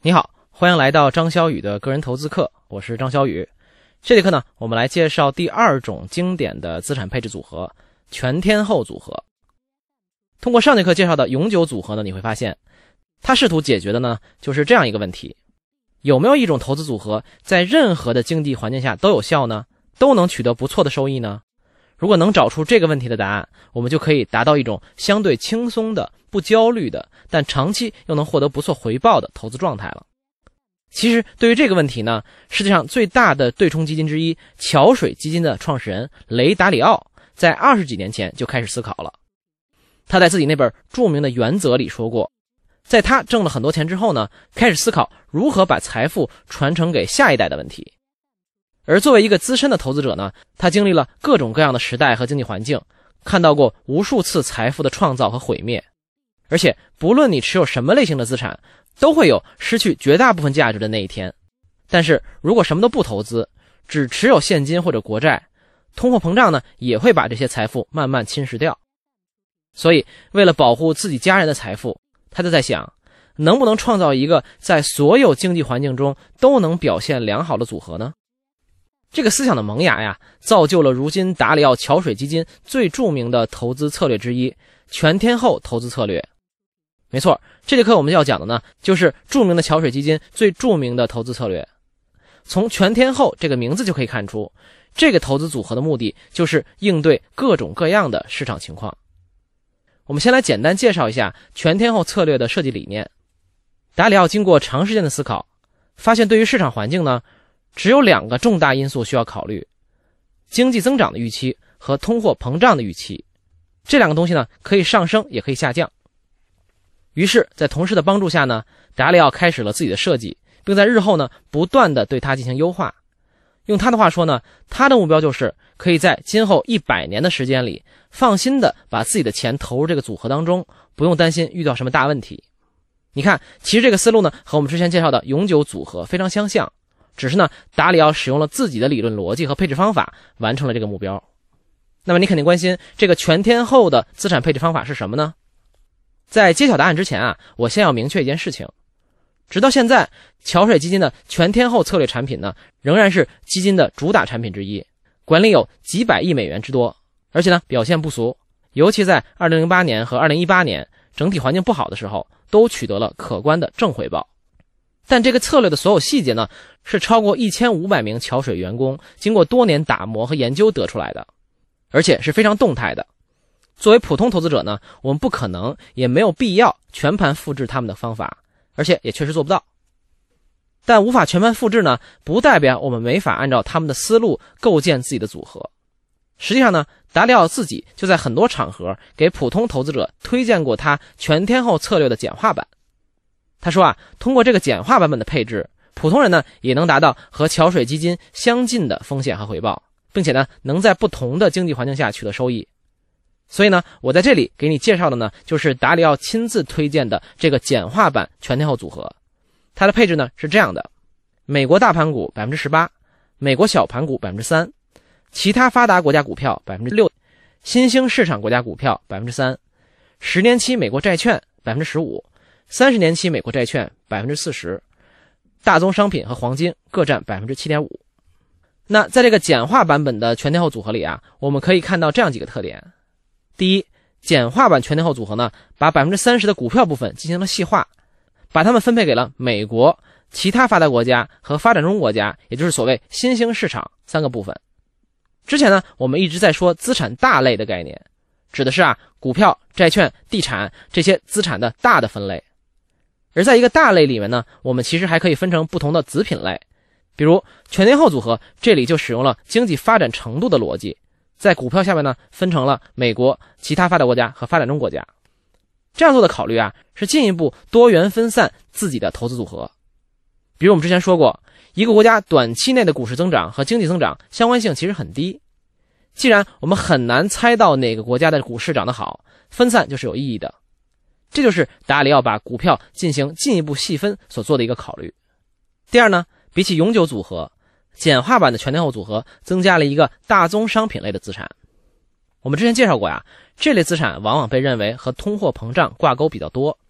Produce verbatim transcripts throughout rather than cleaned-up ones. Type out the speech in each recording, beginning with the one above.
你好，欢迎来到张小雨的个人投资课，我是张小雨。这节课呢，我们来介绍第二种经典的资产配置组合——全天候组合。通过上节课介绍的永久组合呢，你会发现，它试图解决的呢，就是这样一个问题：有没有一种投资组合在任何的经济环境下都有效呢？都能取得不错的收益呢？如果能找出这个问题的答案，我们就可以达到一种相对轻松的、不焦虑的，但长期又能获得不错回报的投资状态了。其实对于这个问题呢，世界上最大的对冲基金之一桥水基金的创始人雷达里奥在二十几年前就开始思考了。他在自己那本著名的原则里说过，在他挣了很多钱之后呢，开始思考如何把财富传承给下一代的问题。而作为一个资深的投资者呢，他经历了各种各样的时代和经济环境，看到过无数次财富的创造和毁灭。而且不论你持有什么类型的资产，都会有失去绝大部分价值的那一天。但是如果什么都不投资，只持有现金或者国债，通货膨胀呢也会把这些财富慢慢侵蚀掉。所以为了保护自己家人的财富，他就在想，能不能创造一个在所有经济环境中都能表现良好的组合呢？这个思想的萌芽呀，造就了如今达里奥桥水基金最著名的投资策略之一——全天候投资策略。没错，这节课我们要讲的呢，就是著名的桥水基金最著名的投资策略。从全天候这个名字就可以看出，这个投资组合的目的就是应对各种各样的市场情况。我们先来简单介绍一下全天候策略的设计理念。达里奥经过长时间的思考，发现对于市场环境呢，只有两个重大因素需要考虑：经济增长的预期和通货膨胀的预期。这两个东西呢，可以上升也可以下降。于是在同事的帮助下呢，达里奥开始了自己的设计，并在日后呢不断的对它进行优化。用他的话说呢，他的目标就是可以在今后一百年的时间里，放心的把自己的钱投入这个组合当中，不用担心遇到什么大问题。你看，其实这个思路呢和我们之前介绍的永久组合非常相像，只是呢达里奥使用了自己的理论逻辑和配置方法完成了这个目标。那么你肯定关心，这个全天候的资产配置方法是什么呢？在揭晓答案之前啊，我先要明确一件事情。直到现在，桥水基金的全天候策略产品呢，仍然是基金的主打产品之一，管理有几百亿美元之多，而且呢表现不俗，尤其在二零零八年和二零一八年整体环境不好的时候，都取得了可观的正回报。但这个策略的所有细节呢，是超过一千五百名桥水员工经过多年打磨和研究得出来的，而且是非常动态的。作为普通投资者呢，我们不可能也没有必要全盘复制他们的方法，而且也确实做不到。但无法全盘复制呢，不代表我们没法按照他们的思路构建自己的组合。实际上呢，达里奥自己就在很多场合给普通投资者推荐过他全天候策略的简化版。他说啊，通过这个简化版本的配置，普通人呢也能达到和桥水基金相近的风险和回报，并且呢能在不同的经济环境下取得收益。所以呢，我在这里给你介绍的呢，就是达里奥亲自推荐的这个简化版全天候组合。它的配置呢是这样的：美国大盘股 百分之十八， 美国小盘股 百分之三， 其他发达国家股票 百分之六， 新兴市场国家股票 百分之三， 十年期美国债券 百分之十五， 三十年期美国债券 百分之四十， 大宗商品和黄金各占 百分之七点五。 那在这个简化版本的全天候组合里啊，我们可以看到这样几个特点。第一，简化版全天候组合呢，把 百分之三十 的股票部分进行了细化，把它们分配给了美国、其他发达国家和发展中国家，也就是所谓新兴市场三个部分。之前呢，我们一直在说资产大类的概念，指的是啊股票、债券、地产这些资产的大的分类。而在一个大类里面呢，我们其实还可以分成不同的子品类。比如全天候组合，这里就使用了经济发展程度的逻辑，在股票下面呢分成了美国、其他发达国家和发展中国家。这样做的考虑啊，是进一步多元分散自己的投资组合。比如我们之前说过，一个国家短期内的股市增长和经济增长相关性其实很低。既然我们很难猜到哪个国家的股市涨得好，分散就是有意义的。这就是达里奥把股票进行进一步细分所做的一个考虑。第二呢，比起永久组合，简化版的全天候组合增加了一个大宗商品类的资产。我们之前介绍过呀，这类资产往往被认为和通货膨胀挂钩比较多，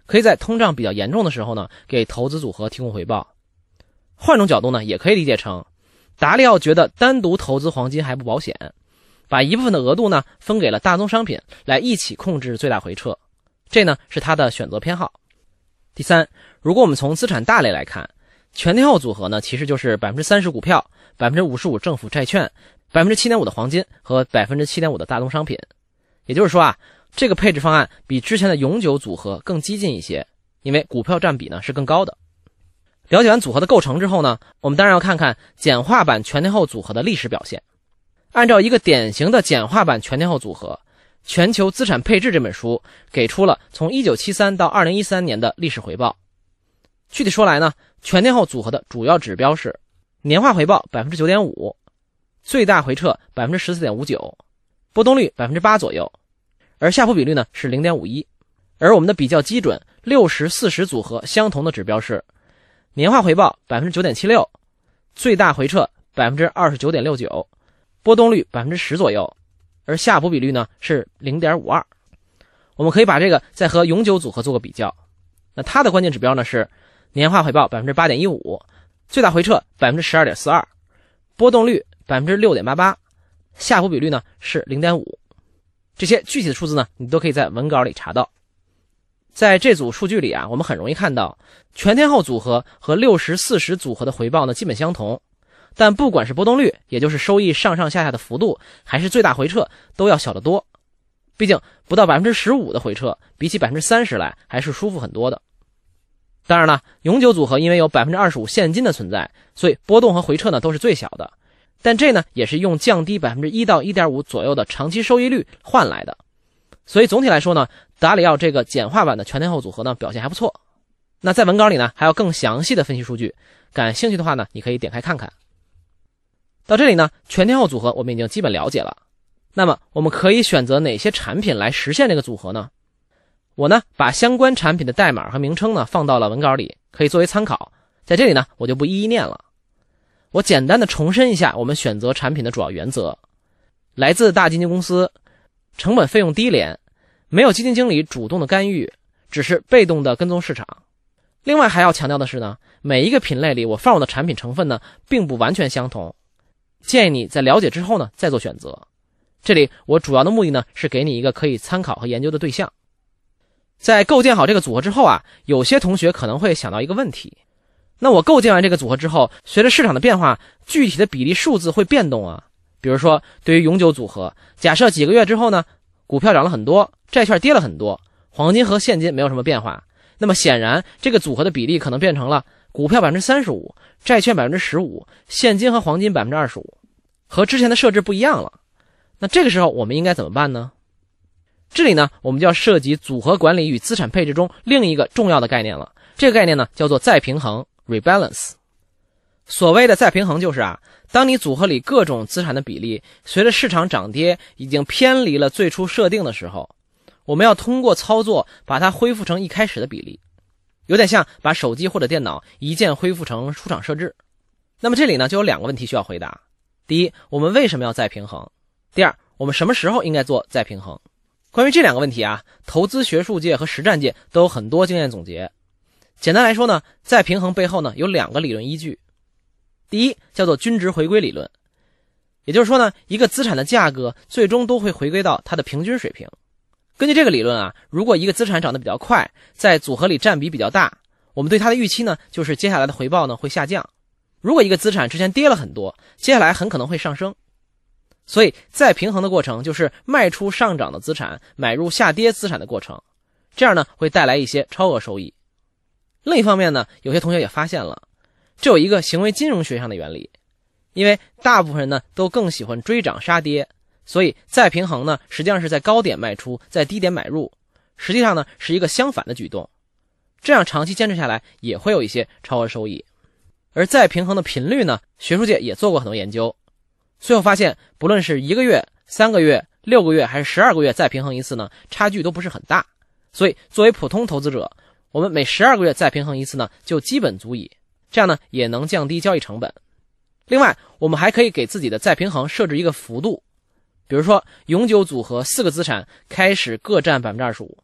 可以在通胀比较严重的时候呢，给投资组合提供回报。换种角度呢，也可以理解成，达利奥觉得单独投资黄金还不保险，把一部分的额度呢分给了大宗商品，来一起控制最大回撤，这呢是他的选择偏好。第三，如果我们从资产大类来看，全天候组合呢其实就是 百分之三十 股票， 百分之五十五 政府债券， 百分之七点五 的黄金和 百分之七点五 的大宗商品。也就是说啊，这个配置方案比之前的永久组合更激进一些，因为股票占比呢是更高的。了解完组合的构成之后呢，我们当然要看看简化版全天候组合的历史表现。按照一个典型的简化版全天候组合，全球资产配置这本书给出了从一九七三到二零一三年的历史回报。具体说来呢，全天候组合的主要指标是年化回报 百分之九点五， 最大回撤 百分之十四点五九， 波动率 百分之八 左右，而夏普比率呢是 零点五一。 而我们的比较基准六十四十组合相同的指标是年化回报 百分之九点七六， 最大回撤 百分之二十九点六九， 波动率 百分之十 左右，而夏普比率呢是 零点五二。 我们可以把这个再和永久组合做个比较，那它的关键指标呢是年化回报 百分之八点一五， 最大回撤 百分之十二点四二， 波动率 百分之六点八八， 夏普比率呢是 零点五。 这些具体的数字呢你都可以在文稿里查到。在这组数据里啊，我们很容易看到全天候组合和六十四十组合的回报呢基本相同，但不管是波动率，也就是收益上上下下的幅度，还是最大回撤，都要小得多。毕竟不到 百分之十五 的回撤，比起 百分之三十 来还是舒服很多的。当然了，永久组合因为有 百分之二十五 现金的存在，所以波动和回撤呢都是最小的，但这呢也是用降低 百分之一 到 一点五 左右的长期收益率换来的。所以总体来说呢，达里奥这个简化版的全天候组合呢表现还不错。那在文稿里呢还有更详细的分析数据，感兴趣的话呢你可以点开看看。到这里呢，全天候组合我们已经基本了解了。那么我们可以选择哪些产品来实现这个组合呢？我呢把相关产品的代码和名称呢放到了文稿里，可以作为参考。在这里呢我就不一一念了。我简单的重申一下我们选择产品的主要原则：来自大基金公司，成本费用低廉，没有基金经理主动的干预，只是被动的跟踪市场。另外还要强调的是呢，每一个品类里我放入的产品成分呢并不完全相同，建议你在了解之后呢再做选择。这里我主要的目的呢是给你一个可以参考和研究的对象。在构建好这个组合之后啊，有些同学可能会想到一个问题，那我构建完这个组合之后，随着市场的变化，具体的比例数字会变动啊。比如说对于永久组合，假设几个月之后呢，股票涨了很多，债券跌了很多，黄金和现金没有什么变化，那么显然这个组合的比例可能变成了股票 百分之三十五， 债券 百分之十五， 现金和黄金 百分之二十五， 和之前的设置不一样了。那这个时候我们应该怎么办呢？这里呢我们就要涉及组合管理与资产配置中另一个重要的概念了，这个概念呢叫做再平衡 rebalance。 所谓的再平衡就是啊，当你组合里各种资产的比例随着市场涨跌已经偏离了最初设定的时候，我们要通过操作把它恢复成一开始的比例，有点像把手机或者电脑一键恢复成出厂设置。那么这里呢就有两个问题需要回答：第一，我们为什么要再平衡？第二，我们什么时候应该做再平衡？关于这两个问题啊，投资学术界和实战界都有很多经验总结。简单来说呢，再平衡背后呢有两个理论依据。第一，叫做均值回归理论，也就是说呢，一个资产的价格最终都会回归到它的平均水平。根据这个理论啊，如果一个资产涨得比较快，在组合里占比比较大，我们对它的预期呢就是接下来的回报呢会下降。如果一个资产之前跌了很多，接下来很可能会上升。所以再平衡的过程就是卖出上涨的资产，买入下跌资产的过程，这样呢会带来一些超额收益。另一方面呢，有些同学也发现了，这有一个行为金融学上的原理，因为大部分人呢都更喜欢追涨杀跌，所以再平衡呢实际上是在高点卖出，在低点买入，实际上呢是一个相反的举动，这样长期坚持下来也会有一些超额收益。而再平衡的频率呢，学术界也做过很多研究，最后发现不论是一个月、三个月、六个月还是十二个月再平衡一次呢，差距都不是很大。所以作为普通投资者，我们每十二个月再平衡一次呢就基本足以，这样呢也能降低交易成本。另外我们还可以给自己的再平衡设置一个幅度，比如说永久组合四个资产开始各占 百分之二十五，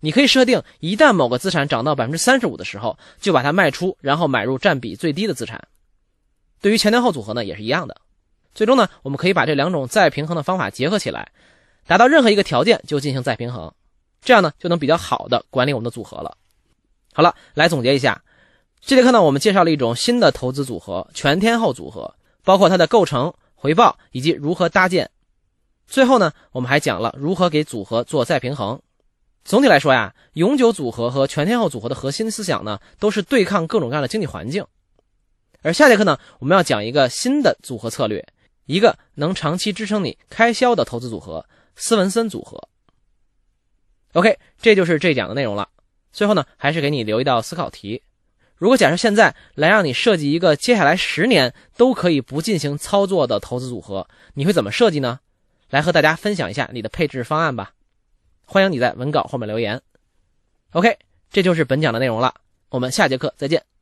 你可以设定一旦某个资产涨到 百分之三十五 的时候，就把它卖出，然后买入占比最低的资产。对于前天后组合呢也是一样的。最终呢，我们可以把这两种再平衡的方法结合起来，达到任何一个条件就进行再平衡，这样呢就能比较好的管理我们的组合了。好了，来总结一下，这节课呢我们介绍了一种新的投资组合，全天候组合，包括它的构成、回报以及如何搭建。最后呢，我们还讲了如何给组合做再平衡。总体来说呀，永久组合和全天候组合的核心思想呢，都是对抗各种各样的经济环境。而下节课呢，我们要讲一个新的组合策略，一个能长期支撑你开销的投资组合——斯文森组合。OK， 这就是这讲的内容了。最后呢，还是给你留一道思考题。如果假设现在来让你设计一个接下来十年都可以不进行操作的投资组合，你会怎么设计呢？来和大家分享一下你的配置方案吧。欢迎你在文稿后面留言。OK， 这就是本讲的内容了，我们下节课再见。